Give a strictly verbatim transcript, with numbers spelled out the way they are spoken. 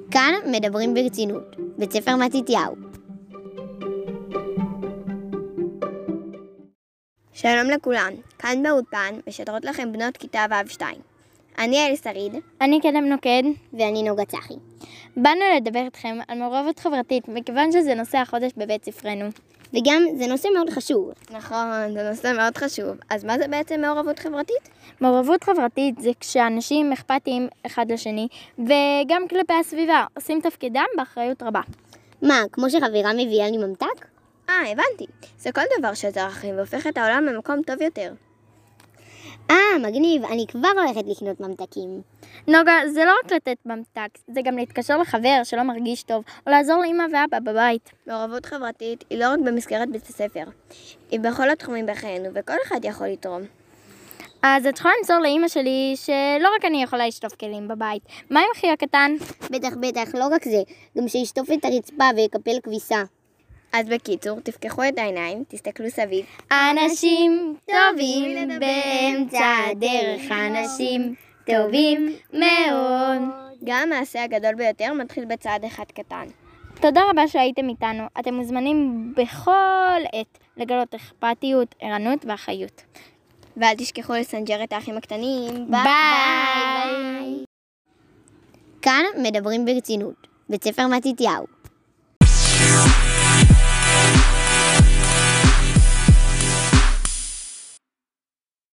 כאן מדברים ברצינות, בית ספר מתתיהו. שלום לכולם, כאן באולפן משדרות לכם בנות כיתה ו' שתיים. אני אל שריד. אני קדם נוקד. ואני נוגה צחי. באנו לדבר איתכם על מעורבות חברתית, מכיוון שזה נושא החודש בבית ספרנו. וגם זה נושא מאוד חשוב. נכון, זה נושא מאוד חשוב. אז מה זה בעצם מעורבות חברתית? מעורבות חברתית זה כשאנשים אכפתיים אחד לשני, וגם כלפי הסביבה, עושים תפקידם באחריות רבה. מה, כמו שחברה מביאה לי ממתק? אה, הבנתי. זה כל דבר שעזר אחרים והופך את העולם למקום טוב יותר. אה, מגניב, אני כבר הולכת לקנות ממתקים. נוגה, זה לא רק לתת ממתק, זה גם להתקשר לחבר שלא מרגיש טוב, או לעזור לאמא ואבא בבית. מעורבות חברתית היא לא רק במסגרת בית הספר, היא בכל התחומים בחיינו, וכל אחד יכול לתרום. אז את יכולה למסור לאמא שלי שלא רק אני יכולה לשטוף כלים בבית. מה עם אחי הקטן? בטח, בטח, לא רק זה, גם שישטוף את הרצפה ויקפל כביסה. אז בקיצור, תפקחו את העיניים, תסתכלו סביב. אנשים טובים באמצע הדרך, אנשים טובים מאוד. גם המעשה הגדול ביותר מתחיל בצעד אחד קטן. תודה רבה שהייתם איתנו. אתם מוזמנים בכל עת לגלות אכפתיות, ערנות ואחריות. ואל תשכחו לסנג'ר את האחים הקטנים. ביי! כאן מדברים ברצינות, בית ספר מתתיהו.